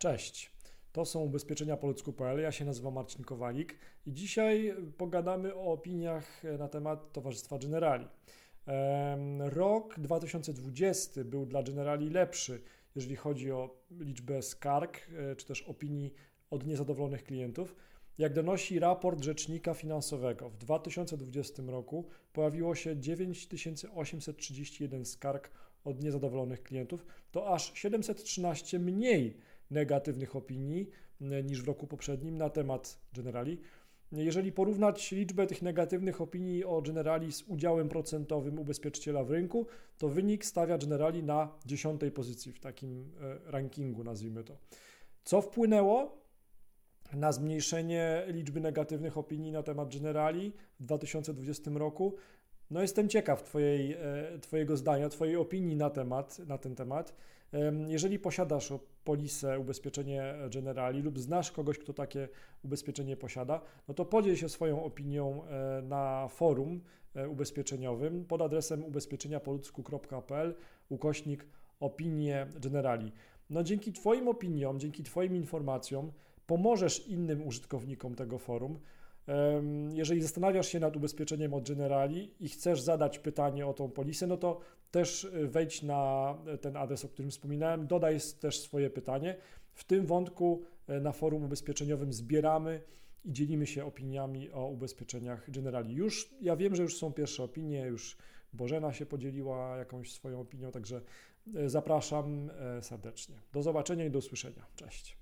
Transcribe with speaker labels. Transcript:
Speaker 1: Cześć, to są ubezpieczenia po ludzku.pl, ja się nazywam Marcin Kowalik i dzisiaj pogadamy o opiniach na temat Towarzystwa Generali. Rok 2020 był dla Generali lepszy, jeżeli chodzi o liczbę skarg czy też opinii od niezadowolonych klientów. Jak donosi raport Rzecznika Finansowego, w 2020 roku pojawiło się 9831 skarg od niezadowolonych klientów, to aż 713 mniej negatywnych opinii niż w roku poprzednim na temat Generali. Jeżeli porównać liczbę tych negatywnych opinii o Generali z udziałem procentowym ubezpieczyciela w rynku, to wynik stawia Generali na 10. pozycji w takim rankingu, nazwijmy to. Co wpłynęło na zmniejszenie liczby negatywnych opinii na temat Generali w 2020 roku? No jestem ciekaw Twojego zdania, Twojej opinii na ten temat. Jeżeli posiadasz polisę, ubezpieczenie Generali lub znasz kogoś, kto takie ubezpieczenie posiada, no to podziel się swoją opinią na forum ubezpieczeniowym pod adresem ubezpieczeniapoludzku.pl /opinie Generali. No dzięki Twoim opiniom, dzięki Twoim informacjom pomożesz innym użytkownikom tego forum. Jeżeli zastanawiasz się nad ubezpieczeniem od Generali i chcesz zadać pytanie o tą polisę, no to też wejdź na ten adres, o którym wspominałem, dodaj też swoje pytanie. W tym wątku na forum ubezpieczeniowym zbieramy i dzielimy się opiniami o ubezpieczeniach Generali. Ja wiem, że już są pierwsze opinie, już Bożena się podzieliła jakąś swoją opinią, także zapraszam serdecznie. Do zobaczenia i do usłyszenia. Cześć.